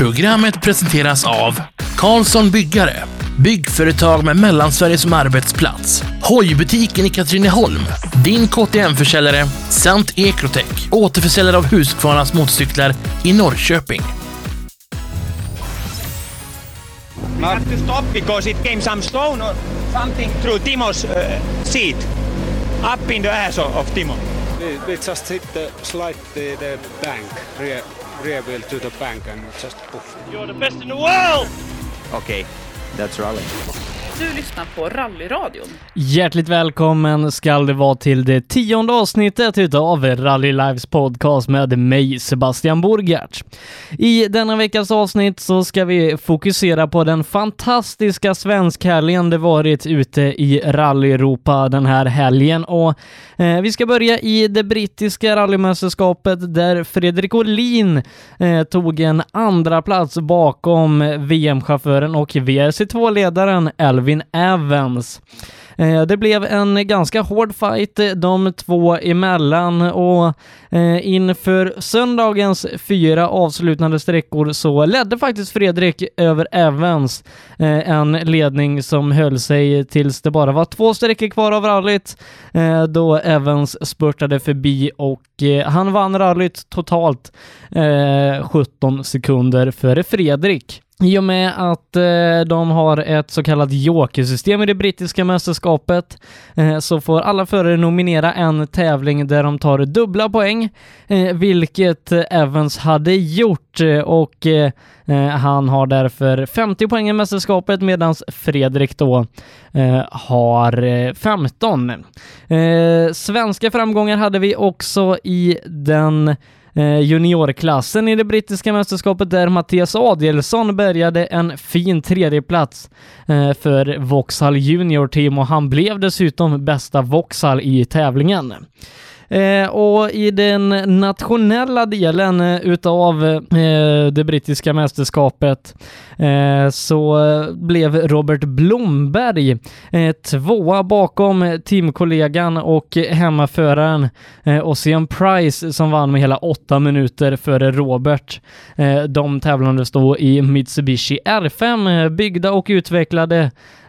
Programmet presenteras av Karlsson Byggare, byggföretag med Mellansverige som arbetsplats, Hojbutiken i Katrineholm, din KTM-försäljare samt Ecrotech, återförsäljare av Husqvarnas motorcyklar i Norrköping. We have to stop because it came some stone or something through Timo's seat, up in the ass of Timo. We just hit the bank, rear wheel to the bank and just poof. You're the best in the world! Okay, that's rally. Du lyssnar på Rallyradion. Hjärtligt välkommen ska det vara till det 10:e avsnittet utav Rally Lives podcast med mig, Sebastian Borgert. I denna veckas avsnitt så ska vi fokusera på den fantastiska svenskhelgen det varit ute i Rally-Europa den här helgen. Och vi ska börja i det brittiska rallymästerskapet där Fredrik Olin tog en andra plats bakom VM-chauffören och VRC2-ledaren Elvin Evans. Det blev en ganska hård fight de två emellan och inför söndagens 4 avslutande sträckor så ledde faktiskt Fredrik över Evans, en ledning som höll sig tills det bara var 2 sträckor kvar av rallyt då Evans spurtade förbi och han vann rallyt totalt 17 sekunder före Fredrik. I och med att de har ett så kallat jokersystem i det brittiska mästerskapet så får alla förare nominera en tävling där de tar dubbla poäng, vilket Evans hade gjort och han har därför 50 poäng i mästerskapet medan Fredrik då har 15. Svenska framgångar hade vi också i den juniorklassen i det brittiska mästerskapet där Mattias Adielsson bärgade en fin 3:e plats för Vauxhall Junior Team och han blev dessutom bästa Vauxhall i tävlingen. Och i den nationella delen utav det brittiska mästerskapet så blev Robert Blomberg 2 bakom teamkollegan och hemmaföraren Ocean Price som vann med hela 8 minuter före Robert. De tävlande stod i Mitsubishi R5 byggda och utvecklade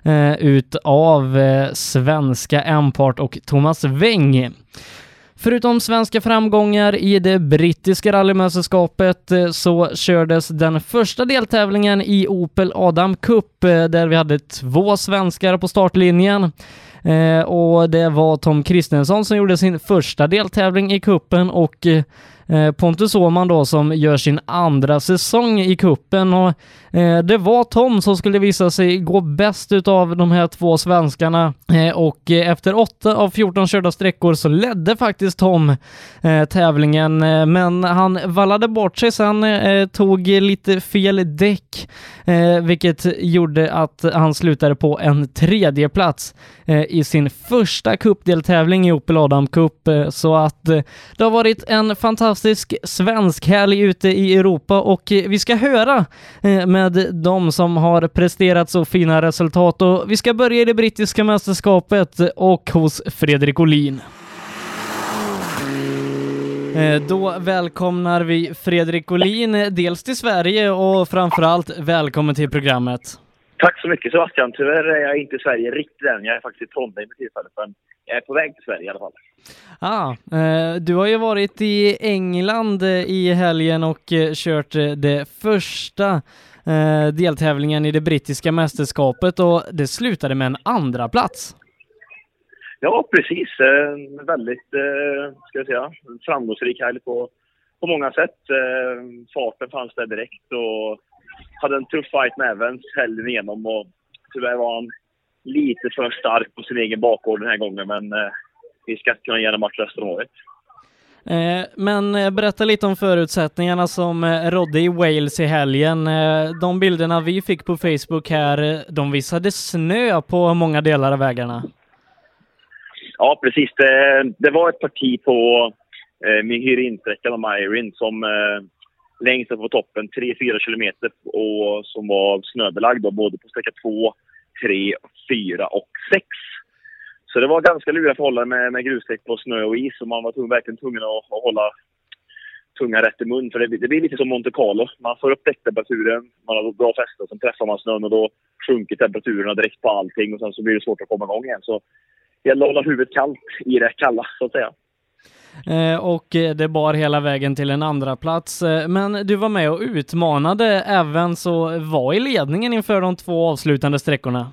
utav svenska Empart och Thomas Weng. Förutom svenska framgångar i det brittiska rallymästerskapet så kördes den första deltävlingen i Opel Adam Cup där vi hade 2 svenskar på startlinjen. Och det var Tom Kristensson som gjorde sin första deltävling i kuppen och Pontus Åhman då som gör sin andra säsong i kuppen och det var Tom som skulle visa sig gå bäst utav de här 2 svenskarna och efter 8 av 14 körda sträckor så ledde faktiskt Tom tävlingen men han vallade bort sig sen, tog lite fel däck vilket gjorde att han slutade på en 3:e plats i sin första cupdeltävling i Opel Adam Cup så att det har varit en fantastisk svensk helg ute i Europa och vi ska höra med de som har presterat så fina resultat och vi ska börja i det brittiska mästerskapet och hos Fredrik Olin. Då välkomnar vi Fredrik Olin dels till Sverige och framförallt välkommen till programmet. Tack så mycket Sebastian. Tyvärr är jag inte i Sverige riktigt än. Jag är faktiskt i Trondheim i tillfället, men jag är på väg till Sverige i alla fall. Du har ju varit i England i helgen och kört det första deltävlingen i det brittiska mästerskapet och det slutade med en andra plats. Ja, precis. Väldigt ska jag säga, framgångsrik helg på många sätt. Farten fanns där direkt och hade en tuff fight med Evans helgen igenom och tyvärr var han lite för stark på sin egen bakgård den här gången, men vi ska kunna ge en match resten av året. Men berätta lite om förutsättningarna som rådde i Wales i helgen. De bilderna vi fick på Facebook här, de visade snö på många delar av vägarna. Ja, precis. Det var ett parti på Myhirin-sträckan av Myrin som längst upp på toppen, 3-4 kilometer och som var snöbelagd då, både på sträcka 2, 3, 4 och 6. Så det var ganska luriga förhållanden med grusdäck på snö och is och man var verkligen tvungen att tunga rätt i mun. För det blir lite som Monte Carlo. Man får upp däcktemperaturen, man har bra fäste och sen träffar man snön och då sjunker temperaturerna direkt på allting och sen så blir det svårt att komma igång igen. Så det gäller att hålla huvudet kallt i det kalla, så att säga. Och det bar hela vägen till en andra plats. Men du var med och utmanade även så var i ledningen inför de 2 avslutande sträckorna.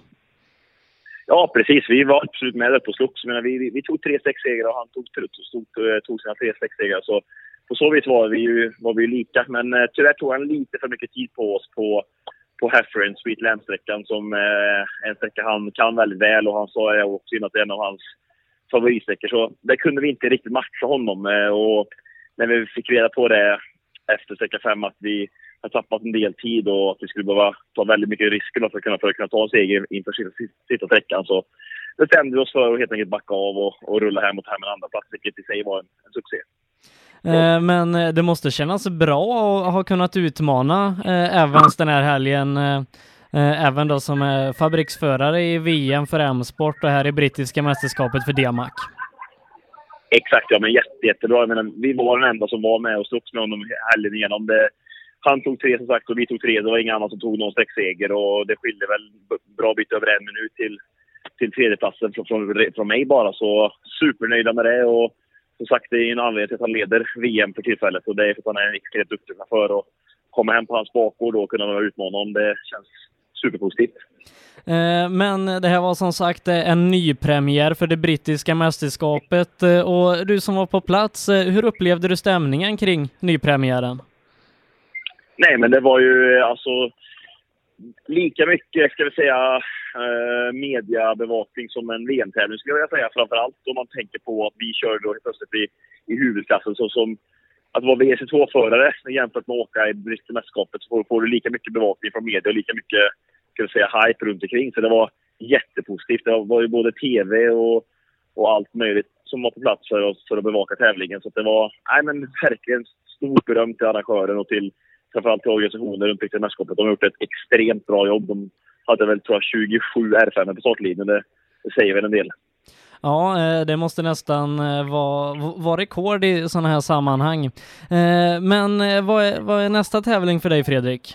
Ja, precis. Vi var absolut med upp och slogs. Men vi tog 3 6-segrar och han tog sina 3 6-segrar. Så på så vis var vi lika. Men tyvärr tog han lite för mycket tid på oss på Heffern, Sweet Lamb-sträckan som en sträcka han kan väldigt väl. Och han sa också att det är en av hans favoritsträckor. Så där kunde vi inte riktigt matcha honom. Och när vi fick reda på det efter sträcka 5 att vi har tappat en del tid och att vi skulle behöva ta väldigt mycket risker för att kunna ta en seger inför sista sträckan. Så bestämde vi oss för att helt enkelt backa av och rulla hem med andra plats, vilket i sig var en succé. Men det måste kännas bra att ha kunnat utmana Evans den här helgen. Även då som är fabriksförare i VM för M-sport och här i brittiska mästerskapet för DMAC. Exakt, ja, men jättebra. Jag menar, vi var den enda som var med och slogs med honom helgen igenom. Han tog 3 som sagt och vi tog 3. Det var ingen annan som tog någon seger och det skilde väl bra bit över 1 minut till tredjeplatsen från mig bara. Så supernöjda med det och som sagt det är en anledning till att han leder VM för tillfället och det är för att han är en extremt duktig för att komma hem på hans bakgård och kunna utmana honom. Det känns superpositivt. Men det här var som sagt en ny premiär för det brittiska mästerskapet och du som var på plats, hur upplevde du stämningen kring nypremiären? Nej, men det var ju alltså lika mycket, ska vi säga, mediebevakning som en VM-tävling skulle jag säga. Framförallt om man tänker på att vi körde då plötsligt i huvudklassen så som att vara WC2-förare jämfört med att åka i brittiska mästerskapet så får du lika mycket bevakning från media och lika mycket, ska vi säga, hype runt omkring. Så det var jättepositivt. Det var ju både tv och allt möjligt som var på plats för att bevaka tävlingen. Så det var verkligen stort beröm till arrangören och till framförallt till organisationer runt brittiska mästerskapet. De har gjort ett extremt bra jobb. De hade väl, tror jag, 27 R5 på startlinjen. Det säger väl en del. Ja, det måste nästan vara rekord i sådana här sammanhang. Men vad är nästa tävling för dig, Fredrik?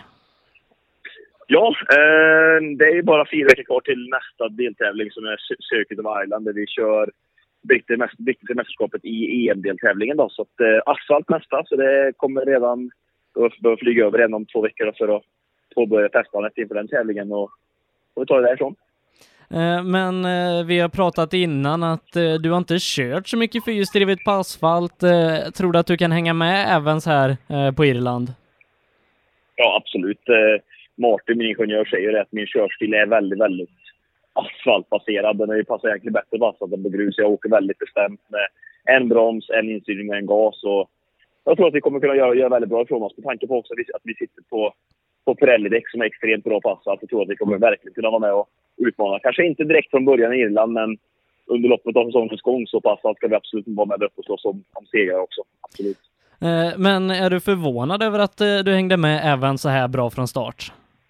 Ja, det är bara 4 veckor kvar till nästa deltävling som är Circuit of Ireland där vi kör brittiska mästerskapet i EM-deltävlingen då. Så att asfalt nästa, så det kommer redan att flyga över om 2 veckor för att påbörja testandet inför den tävlingen och vi tar det därifrån. Men vi har pratat innan att du har inte kört så mycket fyrhjulsdrivet på asfalt. Tror du att du kan hänga med även så här på Irland? Ja, absolut. Martin, min ingenjör, säger att min körstil är väldigt, väldigt asfaltbaserad. Den är ju passar egentligen bättre på asfalt än på grus. Jag åker väldigt bestämt med en broms, en instyrning och en gas. Och jag tror att vi kommer kunna göra väldigt bra ifrån oss med tanke på också att vi sitter på Pirelli-däck som är extremt bra på asfalt. Jag tror att vi kommer verkligen kunna vara med och utmana. Kanske inte direkt från början i Irland, men under loppet av säsongens gång så på asfalt ska vi absolut vara med upp och slåss om segrar också. Absolut. Men är du förvånad över att du hängde med även så här bra från start?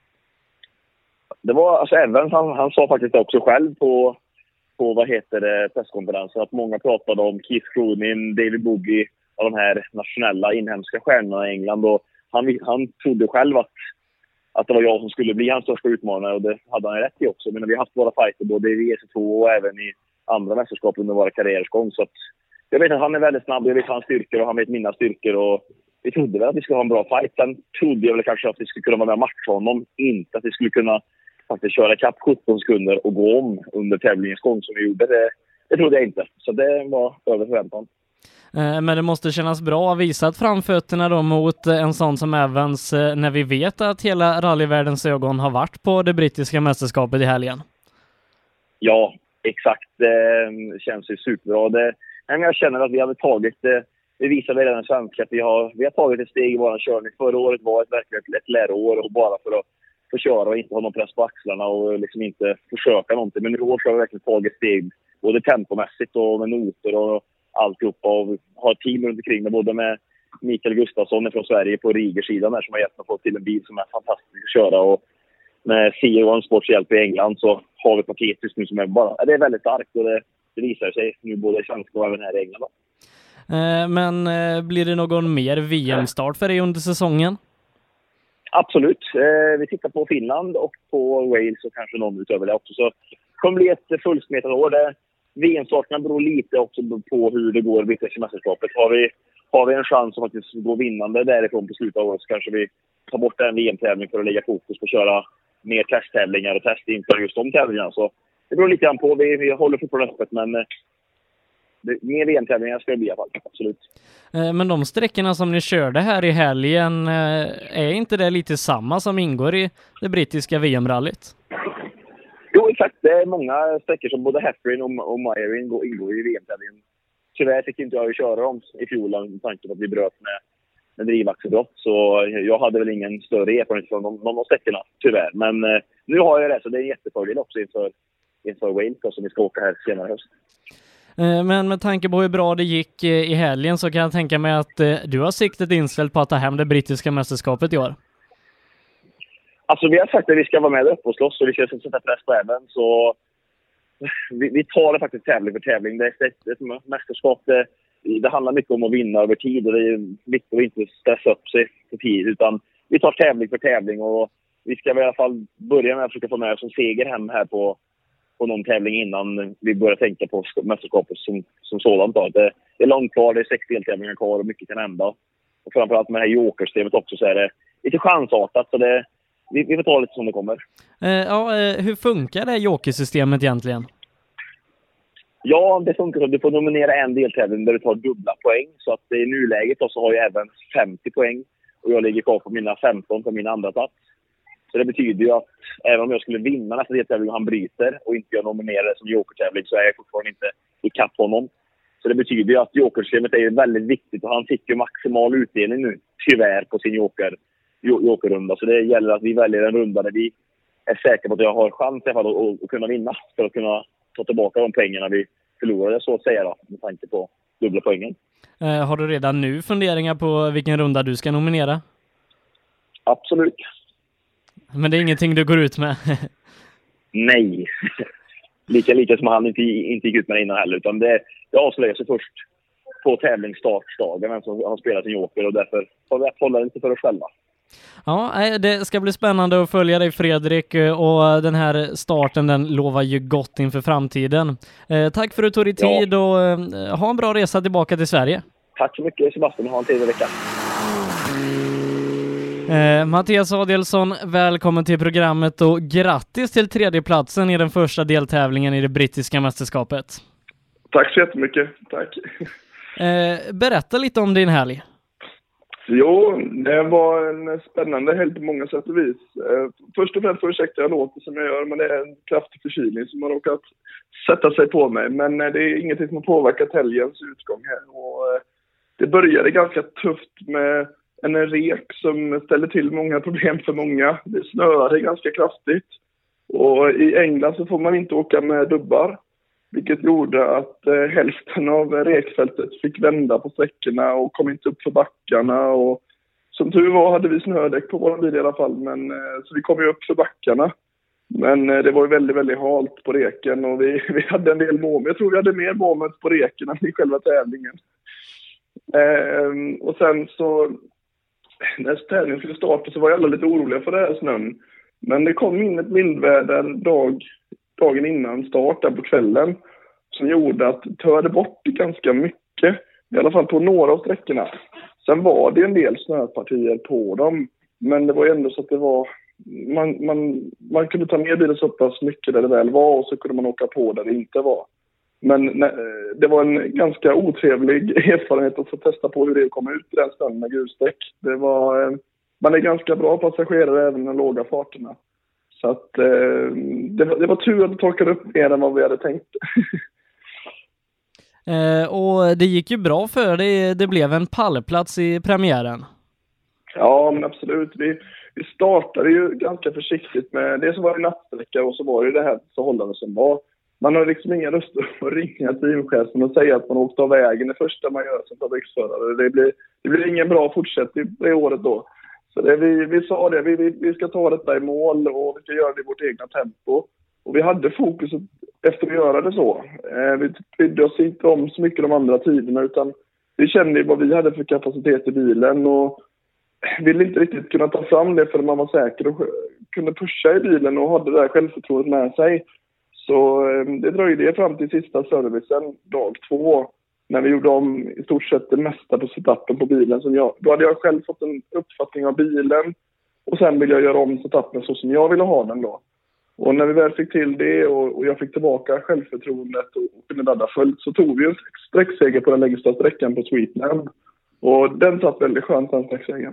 Det var, alltså Evans, han sa faktiskt också själv på presskonferensen att många pratade om Keith Croonin, David Boogie och de här nationella inhemska stjärnorna i England. Och han trodde själv att det var jag som skulle bli hans största utmanare och det hade han rätt i också. Men vi har haft våra fighter både i WC2 och även i andra mästerskap under våra karriärers gång. Så att jag vet att han är väldigt snabb, jag vet hans styrkor och han vet mina styrkor och vi trodde väl att vi skulle ha en bra fight. Sen trodde jag väl kanske att vi skulle kunna vara med och matcha honom, inte att vi skulle kunna faktiskt köra ikapp 17 sekunder och gå om under tävlingens gång som vi gjorde. Det trodde jag inte, så det var över förväntan. Men det måste kännas bra att visa framfötterna då mot en sån som Evans när vi vet att hela rallyvärldens ögon har varit på det brittiska mästerskapet i helgen. Ja, exakt. Det känns ju superbra. Jag känner att vi har tagit det visar väl redan svenska att vi har tagit ett steg i vår körning. Förra året var verkligen ett läroår och bara för att få köra och inte ha någon press på axlarna och liksom inte försöka någonting. Men i år så har vi verkligen tagit steg både tempomässigt och med noter och alltihopa och har ett team runt omkring både med Mikael Gustafsson från Sverige på Rigersidan där som har hjälpt att få till en bil som är fantastisk att köra och med CEO Sports hjälp i England så har vi paket just nu som är bara, det är väldigt starkt och det visar sig nu både i svenska och även här i England. Men blir det någon mer VM-start för dig under säsongen? Absolut. Vi tittar på Finland och på Wales och kanske någon utöver det också. Så det kommer bli ett fullsmetat år. VM-starterna beror lite också på hur det går i brittiska mästerskapet. Har vi en chans att faktiskt gå vinnande därifrån på slutet av året, så kanske vi tar bort en VM-tävling för att lägga fokus på att köra mer testtävlingar och testa inför just de tävlingarna. Så det beror lite grann på. Vi håller fortfarande öppet, men mer VM-tävlingar ska det bli i alla fall. Absolut. Men de sträckorna som ni körde här i helgen, är inte det lite samma som ingår i det brittiska VM-rallyt? Jo, exakt. Det är många sträckor som både Heffrin och Meyrin ingår i VM-tävlingen. Tyvärr fick inte jag köra dem i fjol med tanke på att vi bröt med drivaxelbrott. Så jag hade väl ingen större erfarenhet från de sträckorna, tyvärr. Men nu har jag det, så det är en jättefördel också inför Wales som vi ska åka här senare höst. Men med tanke på hur bra det gick i helgen så kan jag tänka mig att du har siktet inställt på att ta hem det brittiska mästerskapet i år. Alltså vi har sagt att vi ska vara med uppe och slåss och vi ska sätta press på även. Så vi tar det faktiskt tävling för tävling. Det är ett mästerskap. Det handlar mycket om att vinna över tid och det är viktigt att inte stressa upp sig för tid. Utan vi tar tävling för tävling och vi ska i alla fall börja med att försöka få med oss en seger hem här på någon tävling innan vi börjar tänka på mästerskapet som sådant. Det är långt kvar, det är 6 deltävlingar kvar och mycket kan hända. Och framförallt med det här jokersystemet också så är det lite chansartat. Så vi får ta lite som det kommer. Hur funkar det här jokersystemet egentligen? Ja, det funkar så att du får nominera en deltävling där du tar dubbla poäng. Så att i nuläget så har jag även 50 poäng. Och jag ligger kvar på mina 15 på min andra plats. Så det betyder ju att även om jag skulle vinna nästa deltävling och han bryter och inte jag nominerar det som jokertävling så är jag fortfarande inte i kapp honom. Så det betyder ju att jokersystemet är väldigt viktigt och han fick ju maximal utdelning nu, tyvärr, på sin jokerrunda. Så det gäller att vi väljer en runda där vi är säkra på att jag har chans i alla fall att kunna vinna för att kunna ta tillbaka de pengarna vi förlorade, så att säga då, med tanke på dubbla poängen. Har du redan nu funderingar på vilken runda du ska nominera? Absolut. Men det är ingenting du går ut med? Nej. Lika som han inte gick ut med det innan heller. Utan det avslöjar sig först på tävlingsstartsdagen vem som har spelat sin joker. Och därför får vi hålla lite för oss själva. Ja, det ska bli spännande att följa dig, Fredrik. Och den här starten, den lovar ju gott inför framtiden. Tack för att du tog dig tid och ha en bra resa tillbaka till Sverige. Tack så mycket, Sebastian. Ha en trevlig vecka. Mattias Adelsson, välkommen till programmet och grattis till 3:e platsen i den första deltävlingen i det brittiska mästerskapet. Tack så jättemycket, tack. Berätta lite om din helg. Jo, det var en spännande helg på många sätt och vis. Först och främst får ursäkta jag låter som jag gör, men det är en kraftig förkylning som har råkat sätta sig på mig. Men det är ingenting som har påverkat helgens utgång här. Och det började ganska tufft med en rek som ställer till många problem för många. Det snöade ganska kraftigt. Och i England så får man inte åka med dubbar. Vilket gjorde att hälften av rekfältet fick vända på sträckorna och kom inte upp för backarna. Och som tur var hade vi snödäck på vår bil i alla fall. Så vi kom ju upp för backarna. Men det var ju väldigt, väldigt halt på reken. Och vi hade en del moment. Jag tror vi hade mer moment på reken än i själva tävlingen. Och sen så när tävlingen skulle starta så var alla lite oroliga för det här snön. Men det kom in ett vindväder dagen innan start där på kvällen som gjorde att det törde bort ganska mycket, i alla fall på några av sträckorna. Sen var det en del snöpartier på dem, men det var ändå så att det var man kunde ta ner bilen så pass mycket där det väl var och så kunde man åka på där det inte var. Men det var en ganska otrevlig erfarenhet att få testa på hur det kommer ut i den snön med grusdäck. Man är ganska bra passagerare även med låga farterna. Så att det var tur att det torkade upp mer än vad vi hade tänkt. Och det gick ju bra för dig. Det blev en pallplats i premiären. Ja, men absolut. Vi startade ju ganska försiktigt med det som var en nattsträcka och så var det det här förhållandet som var. Man har liksom inga röster att ringa teamchefen och säga att man åkte av vägen det första man gör som fabriksförare. Det blir ingen bra fortsättning det året då. Så vi sa det, vi ska ta detta i mål och vi ska göra det i vårt egna tempo. Och vi hade fokuset efter att göra det så. Vi brydde oss inte om så mycket de andra tiderna utan vi kände vad vi hade för kapacitet i bilen och ville inte riktigt kunna ta fram det förrän man var säker och kunde pusha i bilen och hade det där självförtroendet med sig. Så det dröjde fram till sista servicen, dag 2, när vi gjorde om i stort sett det mesta på setupen på bilen. Då hade jag själv fått en uppfattning av bilen och sen ville jag göra om setupen så som jag ville ha den då. Och när vi väl fick till det och jag fick tillbaka självförtroendet och kunde ladda fullt, så tog vi en sträckseger på den längsta sträckan på Sweetland. Och den satt väldigt skönt, den sträcksegern.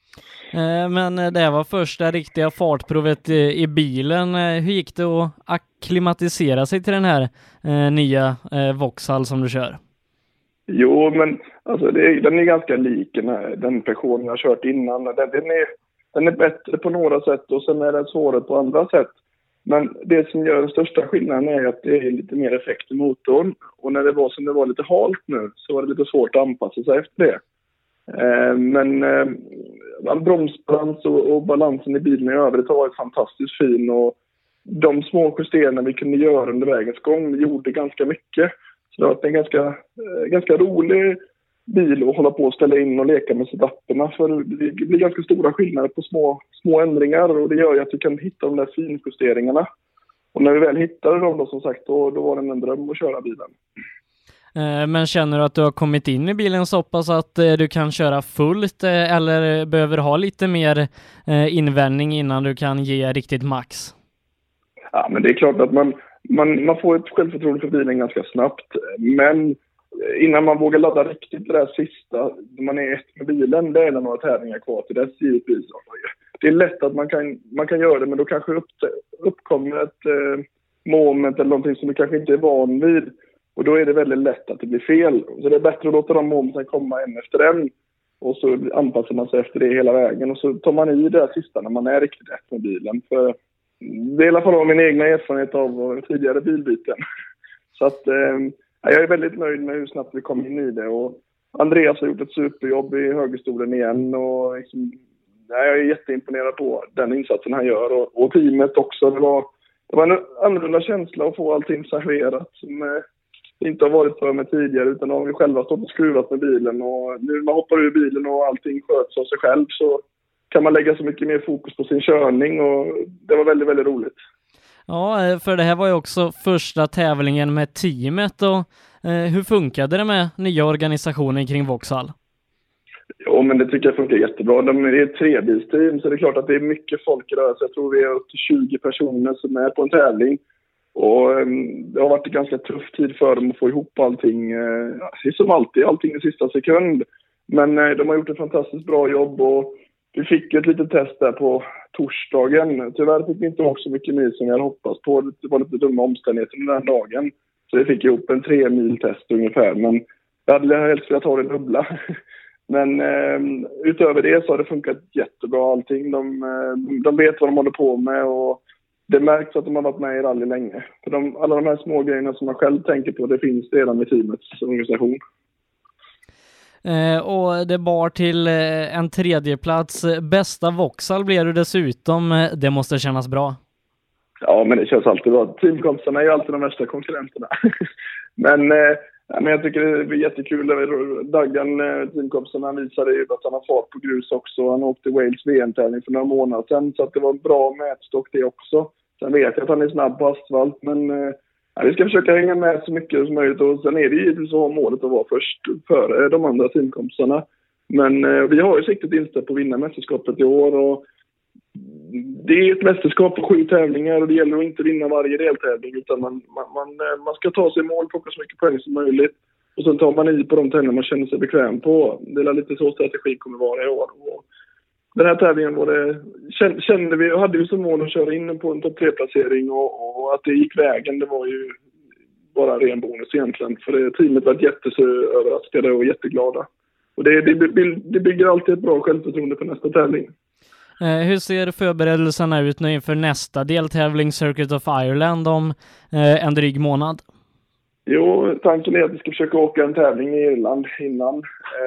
Men det var första riktiga fartprovet i bilen. Hur gick det att akklimatisera sig till den här nya Vauxhall som du kör? Jo, men alltså den är ganska lik den versionen jag har kört innan. Den är bättre på några sätt och sen är den svårare på andra sätt. Men det som gör den största skillnaden är att det är lite mer effekt i motorn. Och när det var som det var lite halt nu så var det lite svårt att anpassa sig efter det. Men bromsbalans och balansen i bilen i övrigt har varit fantastiskt fin. Och de små justeringar vi kunde göra under vägens gång gjorde ganska mycket. Så det har varit en ganska rolig bil att hålla på och ställa in och leka med setupperna. För det blir ganska stora skillnader på små ändringar och det gör ju att du kan hitta de där finjusteringarna. Och när vi väl hittade dem då, som sagt, då var det en dröm att köra bilen. Men känner du att du har kommit in i bilen så pass att du kan köra fullt eller behöver ha lite mer invändning innan du kan ge riktigt max? Ja, men det är klart att man får ett självförtroende för bilen ganska snabbt. Men innan man vågar ladda riktigt det där sista, när man är ett med bilen, det är några tävlingar kvar till dess givetvis. Det är lätt att man kan göra det, men då kanske uppkommer ett moment eller någonting som du kanske inte är van vid. Och då är det väldigt lätt att det blir fel. Så det är bättre att låta de momenten komma en efter en. Och så anpassar man sig efter det hela vägen. Och så tar man i det sista när man är riktigt ett med bilen. För det är i alla fall min egna erfarenhet av tidigare bilbyten. Så att jag är väldigt nöjd med hur snabbt vi kom in i det. Och Andreas har gjort ett superjobb i högerstolen igen. Och liksom, jag är jätteimponerad på den insatsen han gör. Och teamet också. Det var en annorlunda känsla att få allting serverat som inte har varit för mig tidigare, utan har vi själva stått och skruvat med bilen. Och nu när man hoppar ur bilen och allting sköts av sig själv så kan man lägga så mycket mer fokus på sin körning och det var väldigt, väldigt roligt. Ja, för det här var ju också första tävlingen med teamet och hur funkade det med nya organisationen kring Vauxhall? Ja, men det tycker jag funkar jättebra. De är ett trebilsteam så det är klart att det är mycket folk i rörelse. Jag tror vi är upp till 20 personer som är på en tävling. Och det har varit en ganska tuff tid för dem att få ihop allting. Som alltid, allting i sista sekund. Men de har gjort ett fantastiskt bra jobb och vi fick ett litet test där på torsdagen. Tyvärr fick vi inte åka så mycket mil som jag hade hoppats på. Det var lite dumma omständigheter den här dagen. Så vi fick ihop en 3-mil test ungefär. Men jag hade helst velat ha det dubbla. Men utöver det så har det funkat jättebra allting. De vet vad de håller på med och det märks att de har varit med i rally länge. För alla de här små grejerna som man själv tänker på, det finns redan i teamets organisation. Och det bar till en tredjeplats. Bästa Vauxhall blev du dessutom. Det måste kännas bra. Ja, men det känns alltid bra. Teamkompisarna är ju alltid de värsta konkurrenterna. Men jag tycker det är jättekul. Daggan, teamkompisarna, visade ju att han har fart på grus också. Han åkte Wales VM-tävling för några månader sedan. Så att det var en bra mätstock det också. Sen vet jag att han är snabb på asfalt. Men vi ska försöka hänga med så mycket som möjligt. Och sen är det ju så målet att vara först före de andra teamkompisarna. Men vi har ju siktet inställt på att vinna mästerskapet i år. Och det är ett mästerskap på 7 tävlingar och det gäller att inte vinna varje deltävling utan man ska ta sig i mål, plocka så mycket poäng som möjligt och sen tar man i på de tävlingar man känner sig bekväm på. Det är lite så strategin kommer vara i år. Och den här tävlingen kände vi och hade ju som mål att köra in på en topp 3-placering och att det gick vägen, det var ju bara ren bonus egentligen. För teamet var jätteöverraskade och jätteglada. Och det bygger alltid ett bra självförtroende för nästa tävling. Hur ser förberedelserna ut nu inför nästa deltävling Circuit of Ireland om en dryg månad? Jo, tanken är att vi ska försöka åka en tävling i Irland innan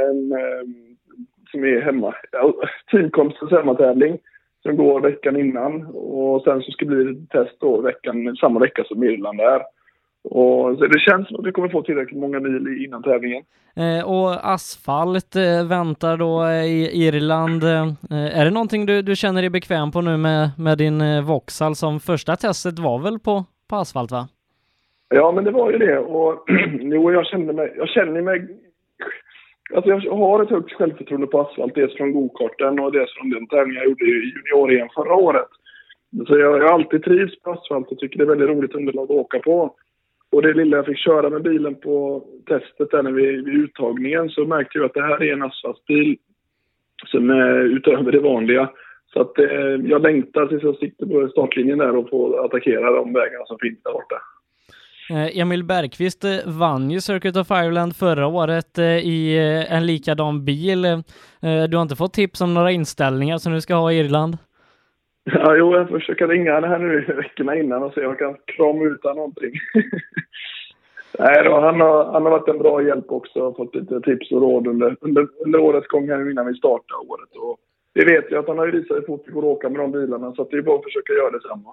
som är hemma. Teamkomstens hemmatävling som går veckan innan och sen så ska det bli ett test då samma vecka som Irland är. Och så det känns som att vi kommer få tillräckligt många mil innan tävlingen. Och asfalt väntar då i Irland. Är det någonting du känner dig bekväm på nu med din Vauxhall? Som första testet var väl på asfalt, va? Ja, men det var ju det. Och jo, jag känner mig alltså jag har ett högt självförtroende på asfalt. Dels från go-karten och dels från den tävling jag gjorde i junior-EM förra året. Så jag har alltid trivs på asfalt och tycker det är väldigt roligt underlag att åka på. Och det lilla jag fick köra med bilen på testet där när vid uttagningen, så märkte jag att det här är en asfaltbil som är utöver det vanliga. Så att jag längtar tills jag sitter på startlinjen där och får attackera de vägarna som finns där borta. Emil Bergqvist vann ju Circuit of Ireland förra året i en likadan bil. Du har inte fått tips om några inställningar som du ska ha i Irland? Ja, jo, jag försöker ringa det här nu i veckorna innan och se om jag kan krama ut någonting. Nej då, han har varit en bra hjälp också och fått lite tips och råd under årets gång här innan vi startar året. Och det vet jag att han har ju visat hur fort det går att åka med de bilarna, så att det är bara att försöka göra detsamma.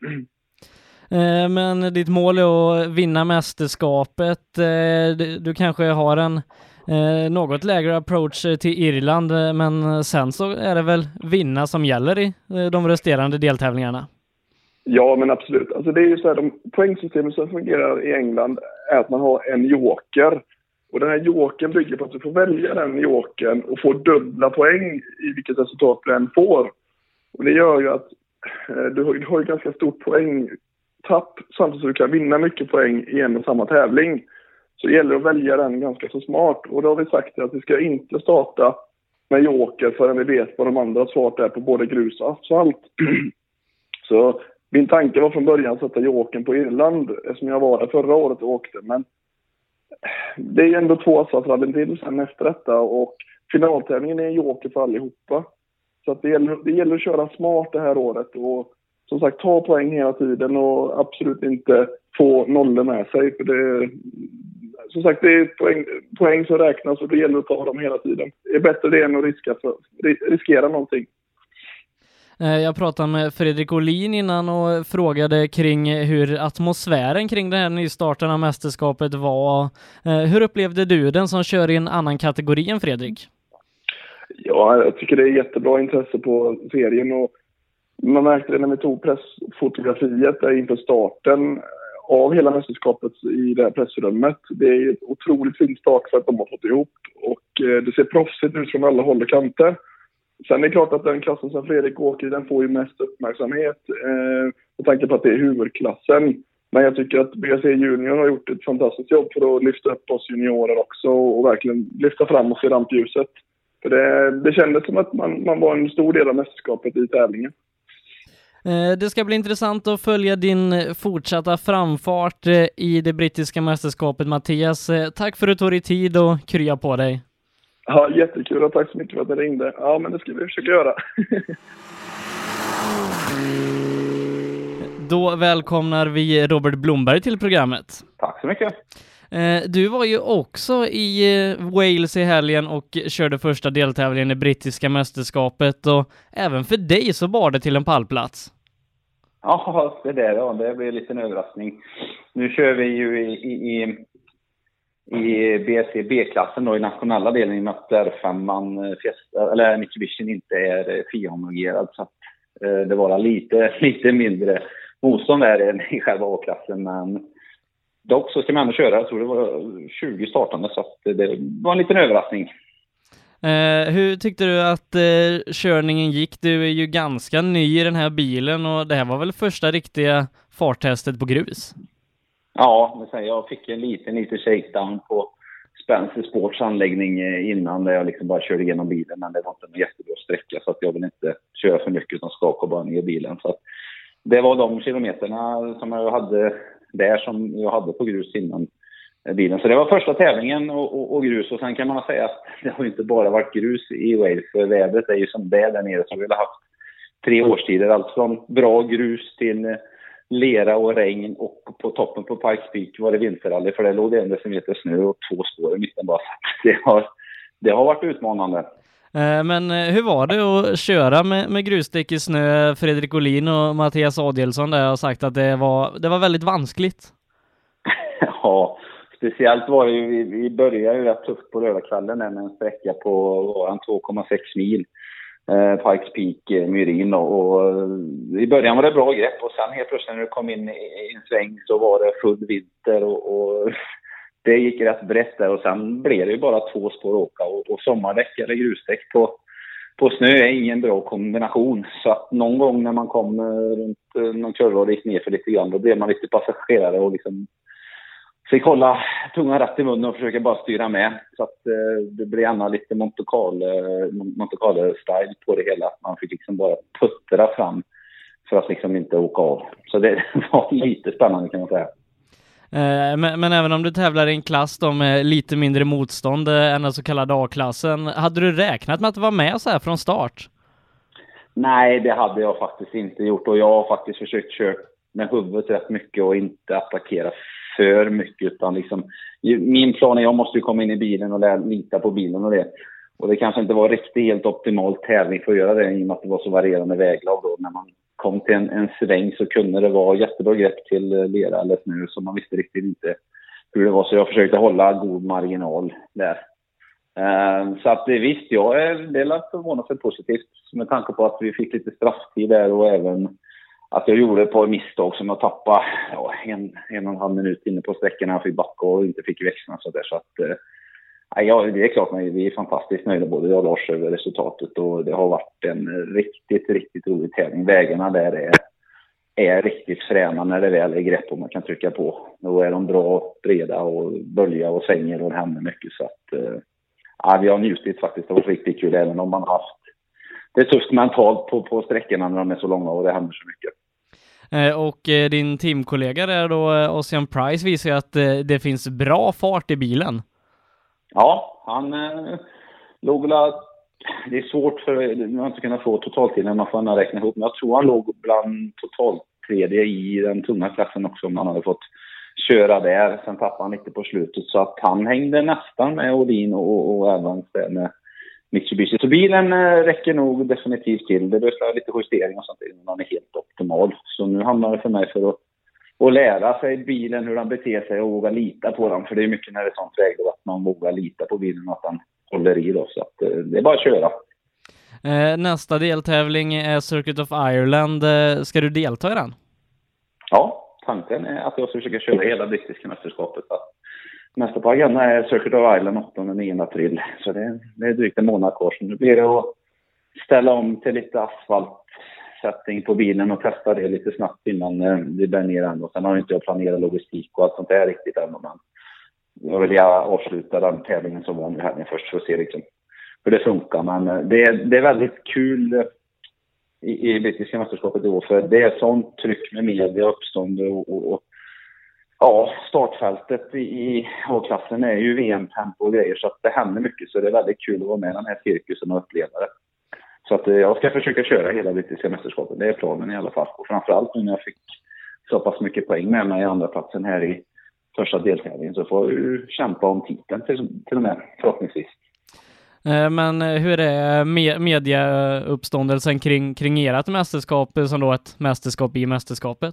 Men ditt mål är att vinna mästerskapet. Du kanske har en något lägre approach till Irland, men sen så är det väl vinna som gäller i de resterande deltävlingarna? Ja, men absolut. Alltså det är ju så här, de poängsystemet som fungerar i England är att man har en joker. Och den här jokern bygger på att du får välja den jokern och få dubbla poäng i vilket resultat den får. Och det gör ju att du har ju ganska stort poängtapp samtidigt som du kan vinna mycket poäng i en och samma tävling. Så det gäller att välja den ganska så smart. Och då har vi sagt att vi ska inte starta med joker förrän vi vet vad de andra svart är på både grus och asfalt. Så min tanke var från början att sätta jokern på Irland eftersom jag var där förra året och åkte. Men det är ändå 2 asfaltrallyn till sen efter detta och finaltävlingen är en joker för allihopa. Så att det gäller att köra smart det här året och som sagt ta poäng hela tiden och absolut inte få nollor med sig. För det, som sagt, det är poäng som räknas och det gäller att ta dem hela tiden. Det är bättre det än att riskera någonting. Jag pratade med Fredrik Olin innan och frågade kring hur atmosfären kring det här nystarten av mästerskapet var. Hur upplevde du den som kör i en annan kategori än Fredrik? Ja, jag tycker det är jättebra intresse på serien och man märkte det när vi tog pressfotografiet där inför starten av hela mästerskapet i det här pressrummet. Det är ett otroligt fint start för att de har fått ihop och det ser proffsigt ut från alla håll och kanter. Sen är det klart att den klassen som Fredrik åker i, den får ju mest uppmärksamhet med tanke på att det är huvudklassen. Men jag tycker att BC Junior har gjort ett fantastiskt jobb för att lyfta upp oss juniorer också och verkligen lyfta fram oss i rampljuset. För det kändes som att man var en stor del av mästerskapet i tävlingen. Det ska bli intressant att följa din fortsatta framfart i det brittiska mästerskapet, Mattias. Tack för att du tog dig tid och krya på dig. Ja, jättekul och tack så mycket för att du ringde. Ja, men det ska vi försöka göra. Då välkomnar vi Robert Blomberg till programmet. Tack så mycket. Du var ju också i Wales i helgen och körde första deltävlingen i brittiska mästerskapet och även för dig så bar det till en pallplats. Ja, det blir lite en överraskning. Nu kör vi ju i BCB-klassen då i nationella delen i och med att R5 eller Mitsubishi inte är FIA-homologerad så att det var lite mindre motstånd där än i själva A-klassen, men dock så ska man ändå köra. Jag tror det var 20 startande så att det var en liten överraskning. Hur tyckte du att körningen gick? Du är ju ganska ny i den här bilen och det här var väl första riktiga farttestet på grus? Ja, jag fick en liten shakedown på Spencer Sports anläggning innan där jag liksom bara körde igenom bilen, men det var inte en jättebra sträcka så att jag vill inte köra för mycket utan skaka bara ner bilen. Så att det var de kilometerna som jag hade där som jag hade på grus innan bilen. Så det var första tävlingen och grus och sen kan man säga att det har inte bara varit grus i Wales för vädret är ju som det där nere som vi har haft 3 årstider. Alltså från bra grus till lera och regn och på toppen på Pikes Peak var det vinterrally för det låg en decimeter snö och 2 spår i mitten bara. Det har varit utmanande. Men hur var det att köra med grusdäck i snö? Fredrik Olin och Mattias Adielsson där har sagt att det var väldigt vanskligt. Speciellt var det ju, vi började ju rätt tufft på lördagskvällen med en sträcka på 2,6 mil. Pikes Peak, Myrin och i början var det bra grepp och sen helt plötsligt när det kom in i en sväng så var det full vinter och det gick rätt brett där och sen blev det ju bara 2 spår åka och sommardäck eller grusdäck på snö är ingen bra kombination. Så att någon gång när man kom runt någon kurva och gick ner för lite grann, då blev man lite passagerare och liksom fick hålla tungan rätt i munnen och försöka bara styra med. Så att det blev gärna lite Monte Carlo-style på det hela. Man fick liksom bara puttra fram för att liksom inte åka av. Så det var lite spännande kan man säga. Men även om du tävlar i en klass då med lite mindre motstånd än den så kallade A-klassen, hade du räknat med att vara med så här från start? Nej, det hade jag faktiskt inte gjort och jag har faktiskt försökt köra med huvudet rätt mycket och inte attackera för mycket utan liksom, min plan är att jag måste ju komma in i bilen och lita på bilen och det. Och det kanske inte var riktigt helt optimal tävling för att göra det i och med att det var så varierande väglag då. När man kom till en sväng så kunde det vara jättebra grepp till lera eller snö så man visste riktigt inte hur det var. Så jag försökte hålla god marginal där. Så att visst, jag är förvånansvärt positivt med tanke på att vi fick lite strafftid där och även att jag gjorde ett par misstag som jag tappade en och en halv minut inne på sträckan när jag fick backa och inte fick växla så där. Så att det är klart att vi är fantastiskt nöjda både jag och Lars över resultatet och det har varit en riktigt rolig tävling. Vägarna där är riktigt fräna när det väl är grepp och man kan trycka på. Då är de bra, breda och bölja och svänger och det händer mycket så att vi har njutit faktiskt. Det har varit riktigt kul även om man har haft det är tufft mentalt på sträckorna när de är så långa och det händer så mycket. Och din teamkollega där då, Ocean Price, visar ju att det finns bra fart i bilen. Ja, han låg det är svårt för man inte kunna få totaltiden man får räkna ihop. Men jag tror han låg bland totaltredje i den tunga klassen också om han hade fått köra där. Sen tappade han lite på slutet så att han hängde nästan med Odin och även med Mitsubishi. Så bilen räcker nog definitivt till. Det behövs lite justering och sånt innan den är helt optimal. Så nu handlar det för mig för att lära sig bilen, hur den beter sig och våga lita på den. För det är mycket när det är sånt väg att man vågar lita på bilen och att den håller i då. Så att det är bara att köra. Nästa deltävling är Circuit of Ireland. Ska du delta i den? Ja, tanken är att jag ska försöka köra hela brittiska mästerskapet. Nästa på agendan är Circuit of Ireland 8-9 april. Så det är drygt en månad kvar. Så nu blir det att ställa om till lite asfaltsättning på bilen och testa det lite snabbt innan det bär ner ändå. Sen har inte jag planerat logistik och allt sånt där riktigt än. Men jag vill avsluta den tävlingen som var nu här först för att se liksom hur det funkar. Men det är väldigt kul i brittiska mästerskapet då. För det är sånt tryck med media, uppstånd och startfältet i H-klassen är ju VM-tempo och grejer så att det händer mycket så det är väldigt kul att vara med i den här cirkusen och uppleva det. Så att jag ska försöka köra hela brittiska mästerskapet, det är planen i alla fall. Och framförallt nu när jag fick så pass mycket poäng med mig i andra platsen här i första deltävlingen så får jag kämpa om titeln till och med förhoppningsvis. Men hur är mediauppståndelsen kring ert mästerskap som då ett mästerskap i mästerskapet?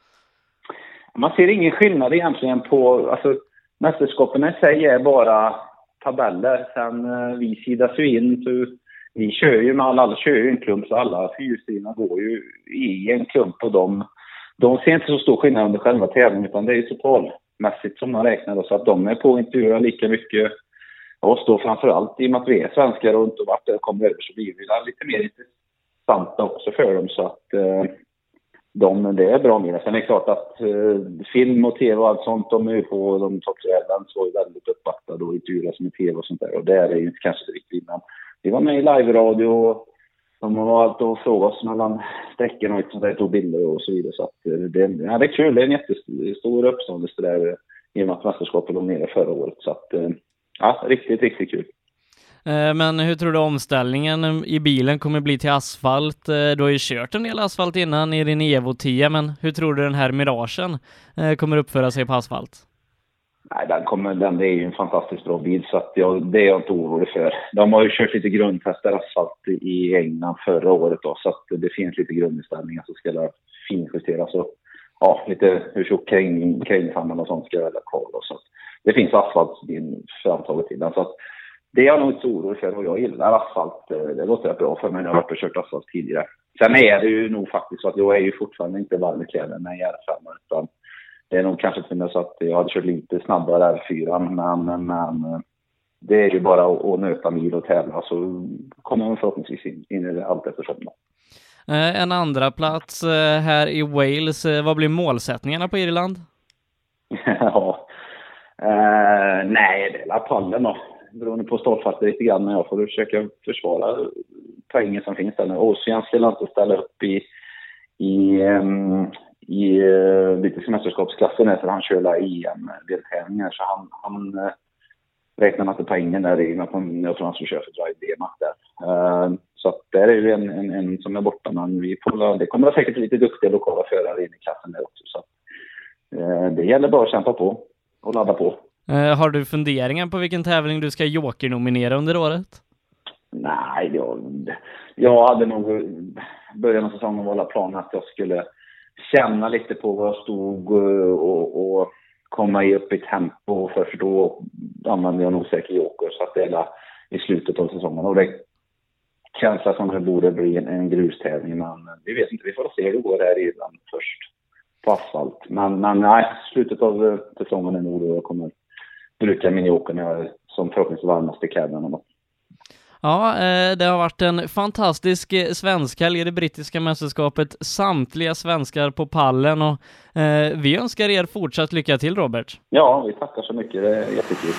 Man ser ingen skillnad egentligen på, alltså mästerskapen i sig är bara tabeller. Sen vi sidas ju in, så vi kör ju med alla kör ju en klump så alla fyrsidorna går ju i en klump och de ser inte så stor skillnad under själva tävlingen utan det är ju totalmässigt som man räknar då, så att de är på intervjuer lika mycket oss då framförallt i och med att vi är svenskar och inte vart det kommer över så blir vi lite mer intressanta också för dem så att det är bra med det. Sen är det klart att film och tv och allt sånt de är ju på de toppträdande så är väldigt uppbackade och intervjuas med tv och sånt där och där är ju inte kanske riktigt men vi var med i live-radio och de har allt att fråga oss mellan sträckorna och sånt där, tog bilder och så vidare så att det är kul, det är en jättestor uppståndelse där i och med att mästerskapet låg nere förra året så att riktigt kul. Men hur tror du omställningen i bilen kommer bli till asfalt? Du har ju kört en del asfalt innan i din Evo 10, men hur tror du den här Miragen kommer uppföra sig på asfalt? Nej, den är ju en fantastiskt bra bil så att det är jag inte orolig för. De har ju kört lite grundtester asfalt i England förra året då, så att det finns lite grundinställningar som ska finjusteras och lite hur tjock kringsamman och sånt ska välja kvar då, så det finns asfalt framtaget till den. Så att det är jag nog inte orolig för, och jag gillar asfalt. Det låter rätt bra för mig när jag har varit och kört asfalt tidigare. Sen är det ju nog faktiskt så att jag är ju fortfarande inte varm i kläderna när jag är framme, utan det är nog kanske till och med så att jag hade kört lite snabbare R4, men det är ju bara att nöta mil och tävla, så kommer man förhoppningsvis in i det allt eftersom. En andra plats här i Wales. Vad blir målsättningarna på Irland? Ja, nej, det är la pallen då. Beroende på startfattar lite grann, men jag får försöka försvara poängen som finns där nu. Ocean skulle inte ställa upp i brittiska mästerskapsklassen för han kör EM-deltävlingar, så han räknar med att poängen där i, jag tror han ska köra för Drive D-Mac där. Så att där är ju en som är borta, men det kommer säkert lite duktiga lokala förare in i klassen där också, så det gäller bara att kämpa på och ladda på. Har du funderingar på vilken tävling du ska joker-nominera under året? Nej, jag hade nog början av säsongen var planen att jag skulle känna lite på vad jag stod och komma upp i tempo, för då använde jag nog säkert joker, så att det är i slutet av säsongen. Och det känns som det borde bli en grustävling, men vi vet inte, vi får se hur det går här i Irland först på asfalt. Men nej, slutet av säsongen är nog då jag kommer bruka min joker när jag är som förhoppningsvis varmaste kläderna. Ja, det har varit en fantastisk svenskhelg i det brittiska mästerskapet. Samtliga svenskar på pallen, och vi önskar er fortsatt lycka till, Robert. Ja, vi tackar så mycket. Det är jättekul.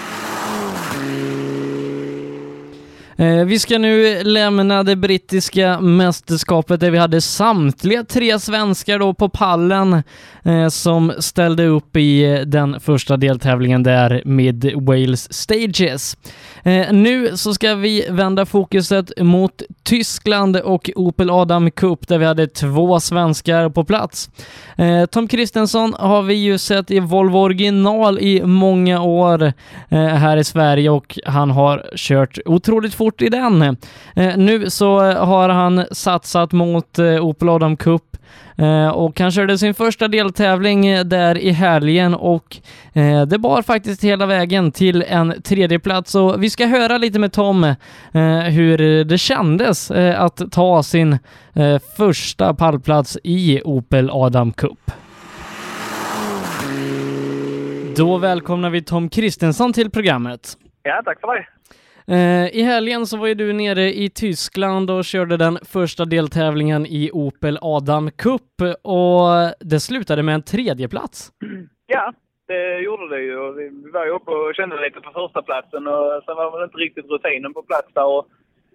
Vi ska nu lämna det brittiska mästerskapet där vi hade samtliga 3 svenskar då på pallen som ställde upp i den första deltävlingen där Mid Wales Stages. Nu så ska vi vända fokuset mot Tyskland och Opel Adam Cup där vi hade 2 svenskar på plats. Tom Kristensson har vi ju sett i Volvo original i många år här i Sverige, och han har kört otroligt fort i den. Nu så har han satsat mot Opel Adam Cup och han körde sin första deltävling där i helgen, och det bar faktiskt hela vägen till en 3:e plats. Och vi ska höra lite med Tom hur det kändes att ta sin första pallplats i Opel Adam Cup. Då välkomnar vi Tom Kristensson till programmet. Ja, tack för det. I helgen så var ju du nere i Tyskland och körde den första deltävlingen i Opel Adam Cup, och det slutade med en 3:e plats. Ja, det gjorde det ju. Vi var ju uppe och kände lite på första platsen, och sen var det inte riktigt rutinen på plats där. Och,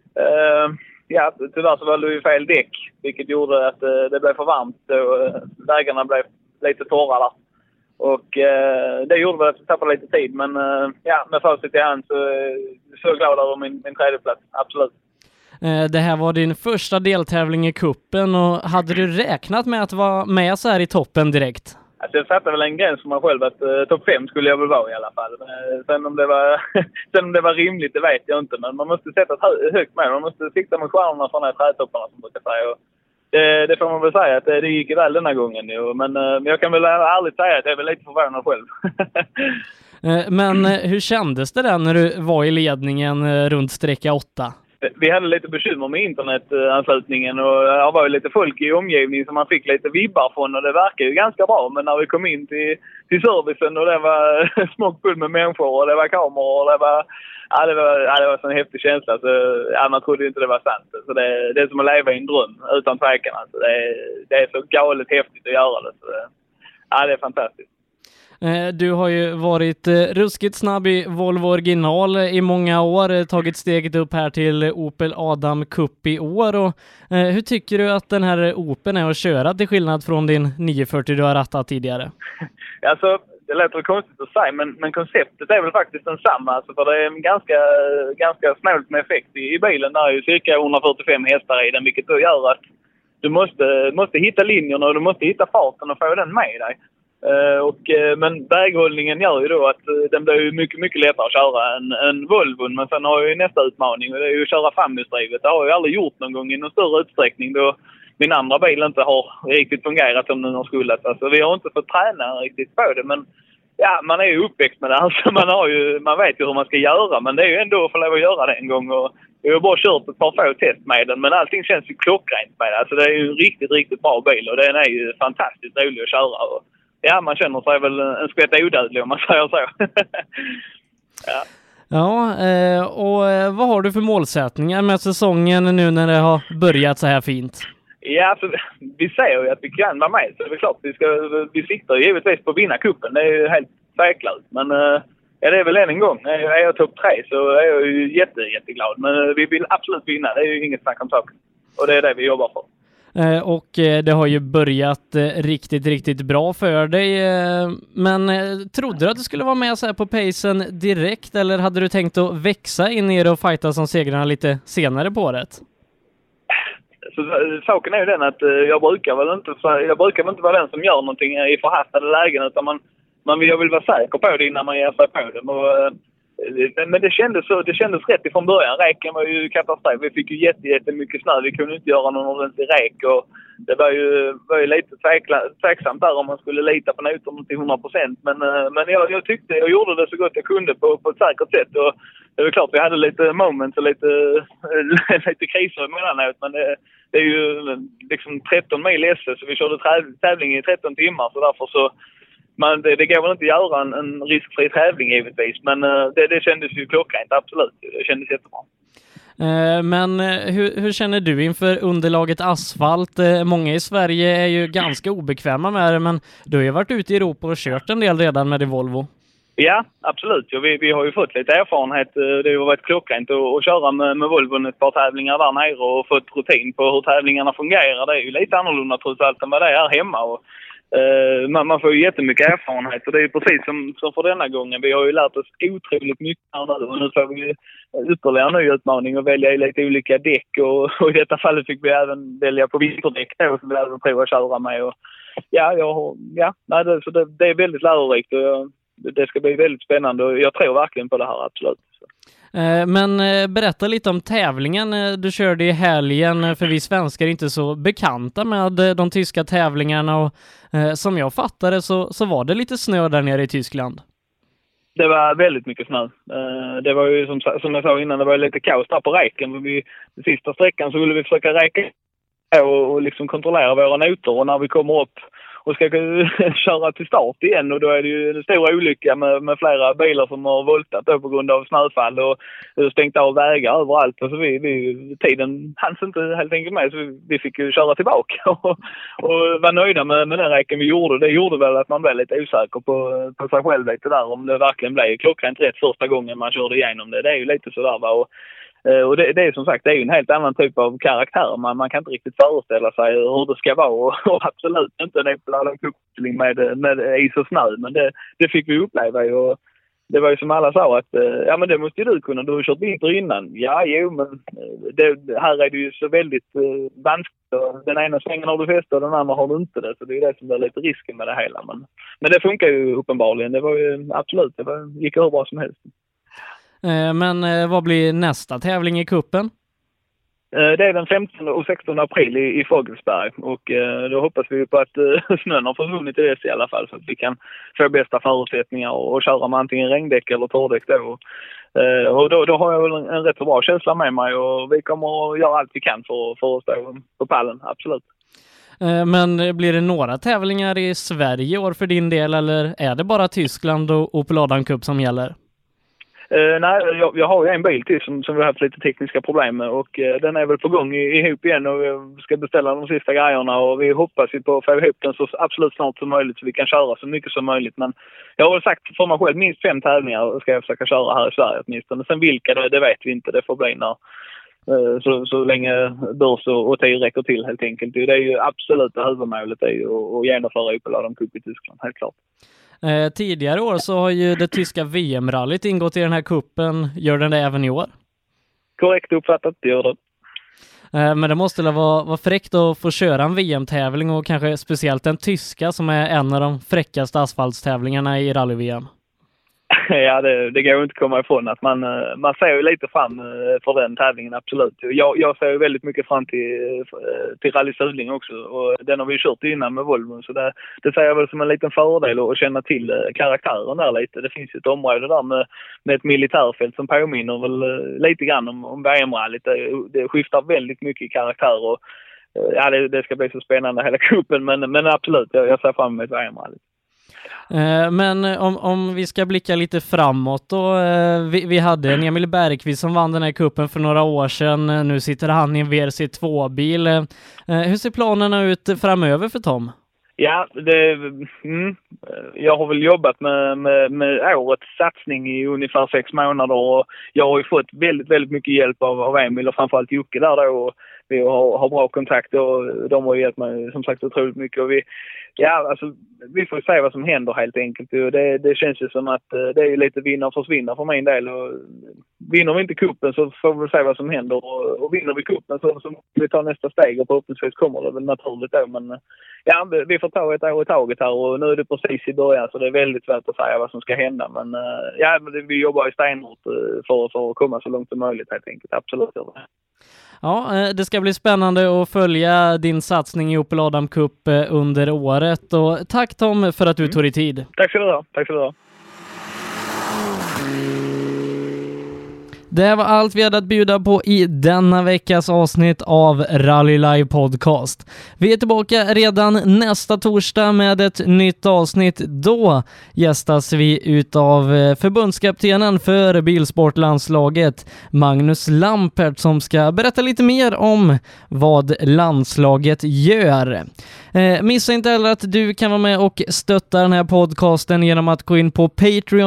ja, tyvärr så valde vi fel däck, vilket gjorde att det blev för varmt och vägarna blev lite torra där. Och det gjorde väl att vi tappade lite tid, men ja, med facit i hand så är jag så glad över min 3:e plats, absolut. Det här var din första deltävling i kuppen, och hade du räknat med att vara med så här i toppen direkt? Alltså jag satte väl en gräns för mig själv att topp 5 skulle jag väl vara i alla fall. Sen om det var rimligt, det vet jag inte, men man måste sätta högt med. Man måste sikta med stjärnorna från de här trädtopparna som brukar säga. Och det får man väl säga att det gick väl den här gången. Men jag kan väl ärligt säga att jag är väl lite förvånad själv. Men hur kändes det där när du var i ledningen runt sträcka 8? Vi hade lite bekymmer med internetanslutningen, och det var ju lite folk i omgivningen som man fick lite vibbar från, och det verkar ju ganska bra. Men när vi kom in till servicen och det var smockfull med människor och det var kameror och det var en häftig känsla. Så, ja, man trodde inte det var sant. Så det är som att leva i en dröm, utan tvekan. Alltså, det är så galet häftigt att göra det. Så, ja, det är fantastiskt. Du har ju varit ruskigt snabb i Volvo original i många år, tagit steget upp här till Opel Adam Cup i år. Och hur tycker du att den här Opel är att köra till skillnad från din 940 du har rattat tidigare? Alltså, det låter konstigt att säga, men konceptet är väl faktiskt densamma. Alltså, för det är ganska snålt med effekt i bilen. Där är ju cirka 145 hästar i den, vilket då gör att du måste hitta linjerna och du måste hitta farten och få den med dig. Men väghållningen gör ju då att den blir ju mycket, mycket lättare att köra än Volvon. Men sen har jag ju nästa utmaning, och det är ju att köra framhjulsdrivet. Det har jag aldrig gjort någon gång i någon större utsträckning, då min andra bil inte har riktigt fungerat som den har skulle. Alltså, vi har inte fått träna riktigt på det, men ja, man är ju uppväxt med det. Alltså man vet ju hur man ska göra, men det är ju ändå att få lov att göra det en gång. Och jag har bara kört ett par få test med den, men allting känns ju klockrent med det. Alltså det är ju en riktigt, riktigt bra bil och den är ju fantastiskt rolig att köra. Och, ja, man känner sig väl en skvätt odödlig om man säger så. Ja. Ja, och vad har du för målsättningar med säsongen nu när det har börjat så här fint? Ja, för vi säger ju att vi kan vara med, så det är klart vi siktar givetvis på att vinna kuppen. Det är ju helt säkert. Men ja, det är väl en gång. Är jag topp 3 så är jag ju jätteglad. Men vi vill absolut vinna, det är ju inget snack om saken. Och det är det vi jobbar för. Och det har ju börjat riktigt bra för dig. Men trodde du att du skulle vara med så här på pacen direkt, eller hade du tänkt att växa in i det och fighta som segrarna lite senare på året? Så saken är ju den att jag brukar väl inte vara den som gör någonting i förhastade lägen, utan jag vill vara säker på det innan man ger sig på det. Men det kändes rätt ifrån början. Räken var ju katastrof. Vi fick ju jättemycket snö. Vi kunde inte göra någon ordentlig räk, och det var ju lite tveksamt där om man skulle lita på noterna till 100%. Men jag tyckte jag gjorde det så gott jag kunde på ett säkert sätt, och det är klart vi hade lite moments och lite kriser emellanåt, men det är ju liksom 13 mil SS, så vi körde tävling i 13 timmar, så därför så det går väl inte att göra en riskfri tävling givetvis, men det kändes ju klockrent, absolut. Det kändes jättebra. Men hur känner du inför underlaget asfalt? Många i Sverige är ju ganska obekväma med det, men du har ju varit ute i Europa och kört en del redan med din Volvo. Ja, absolut. Vi har ju fått lite erfarenhet. Det har varit klockrent att köra med Volvo ett par tävlingar där nere och fått rutin på hur tävlingarna fungerar. Det är ju lite annorlunda trots allt än vad det är hemma, och man får ju jättemycket erfarenhet, och det är ju precis som för denna gången. Vi har ju lärt oss otroligt mycket här nu, och nu får vi ytterligare en ny utmaning och välja i lite olika däck, och i detta fallet fick vi även välja på vinterdäck då, som vi hade provat att köra med. Och det är väldigt lärorikt, och det ska bli väldigt spännande, och jag tror verkligen på det här, absolut. Men berätta lite om tävlingen du körde i helgen, för vi svenskar är inte så bekanta med de tyska tävlingarna, och som jag fattade så var det lite snö där nere i Tyskland. Det var väldigt mycket snö. Det var ju som jag sa innan, det var lite kaos där på räken. Den sista sträckan så ville vi försöka räka och liksom kontrollera våra noter, och när vi kommer upp och ska köra till start igen, och då är det ju en stor olycka med flera bilar som har voltat då på grund av snöfall och stängt av vägar överallt. Och så tiden hanns inte helt enkelt med, så vi fick ju köra tillbaka och var nöjda med den räcken vi gjorde. Det gjorde väl att man blev lite osäker på sig själv lite där, om det verkligen blev klockrent rätt första gången man körde igenom det. Det är ju lite sådär, va? Och det är som sagt, det är ju en helt annan typ av karaktär. Man kan inte riktigt föreställa sig hur det ska vara, och absolut inte en uppläggning med is och snö, men det fick vi uppleva ju. Och det var ju som alla sa att ja, men det måste ju du kunna, du har kört vinter innan. Ja, jo, men här är det ju så väldigt vanskligt. Den ena svängen har du fäst och den andra har du inte det, så det är det som är lite risken med det hela. Men det funkar ju uppenbarligen. Det var ju absolut, gick hur bra som helst. Men vad blir nästa tävling i kuppen? Det är den 15 och 16 april i Fogelsberg, och då hoppas vi på att snön har försvunnit i det i alla fall, så att vi kan få bästa förutsättningar och köra med antingen regndäck eller torrdäck då. Och då har jag väl en rätt så bra känsla med mig, och vi kommer att göra allt vi kan för att stå på pallen, absolut. Men blir det några tävlingar i Sverige år för din del, eller är det bara Tyskland och Opel Adam Cup som gäller? Nej, jag har ju en bil till som vi har haft lite tekniska problem med, och den är väl på gång ihop igen, och vi ska beställa de sista grejerna, och vi hoppas ju på att få ihop den så absolut snart som möjligt, så vi kan köra så mycket som möjligt. Men jag har väl sagt för mig själv, minst 5 tävlingar ska jag försöka köra här i Sverige åtminstone. Sen vilka det vet vi inte, det får bli så länge börs och tid räcker till helt enkelt. Det är ju absolut det huvudmålet, är ju att genomföra Opel Adam Cup i Tyskland, helt klart. Tidigare år så har ju det tyska VM-rallyt ingått i den här kuppen. Gör den det även i år? Korrekt uppfattat, det gör det. Men det måste vara fräckt att få köra en VM-tävling, och kanske speciellt den tyska som är en av de fräckaste asfaltstävlingarna i rally-VM. Ja, det går inte att komma ifrån att man ser ju lite fram för den tävlingen, absolut. Jag ser ju väldigt mycket fram till Rally Sudling också, och den har vi kört innan med Volvo, så det ser jag väl som en liten fördel att känna till karaktären där lite. Det finns ju ett område där med ett militärfält som påminner väl lite grann om VM-rallyt. Det skiftar väldigt mycket i karaktär, och ja, det ska bli så spännande hela kuppen, men absolut, jag ser fram emot VM-rallyt. Men om vi ska blicka lite framåt då, vi hade en Emil Bergqvist som vann den här kuppen för några år sedan. Nu sitter han i en WRC2-bil. Hur ser planerna ut framöver för Tom? Ja, jag har väl jobbat med årets satsning i ungefär 6 månader, och jag har ju fått väldigt, väldigt mycket hjälp av Emil och framförallt Jocke där då, och vi har bra kontakt, och de har hjälpt mig som sagt otroligt mycket, och vi får se vad som händer helt enkelt. Det känns ju som att det är lite vinna och försvinna för min del, och vinner vi inte kuppen så får vi se vad som händer, och vinner vi kuppen så vi tar nästa steg, och förhoppningsvis kommer det väl naturligt då, men ja, vi får ta ett år i taget här, och nu är det precis i början, så det är väldigt svårt att säga vad som ska hända, men vi jobbar i stenhårt för att komma så långt som möjligt helt enkelt, absolut. Ja, det ska bli spännande att följa din satsning i Opel Adam Cup under året, och tack Tom för att du tog dig tid. Tack så du ha. Tack så du ha. Det var allt vi hade att bjuda på i denna veckas avsnitt av Rally Live Podcast. Vi är tillbaka redan nästa torsdag med ett nytt avsnitt. Då gästas vi utav förbundskaptenen för bilsportlandslaget, Magnus Lampert, som ska berätta lite mer om vad landslaget gör. Missa inte heller att du kan vara med och stötta den här podcasten genom att gå in på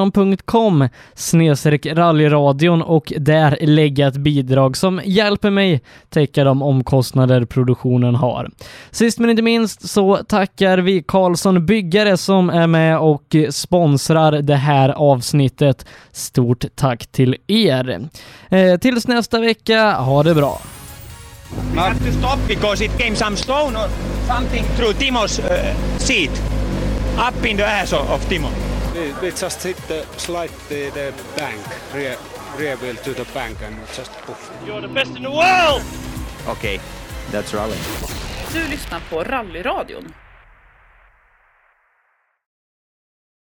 patreon.com/rallyradion och där lägga ett bidrag som hjälper mig täcka de omkostnader produktionen har. Sist men inte minst så tackar vi Carlson Byggare som är med och sponsrar det här avsnittet. Stort tack till er. Tills nästa vecka, ha det bra. We had to stop because it came some stone or something through Timo's seat, up in the ass of Timo. We just hit the bank, rear wheel to the bank, and just poof. You're the best in the world! Okay, that's rally. Du lyssnar på Rallyradion.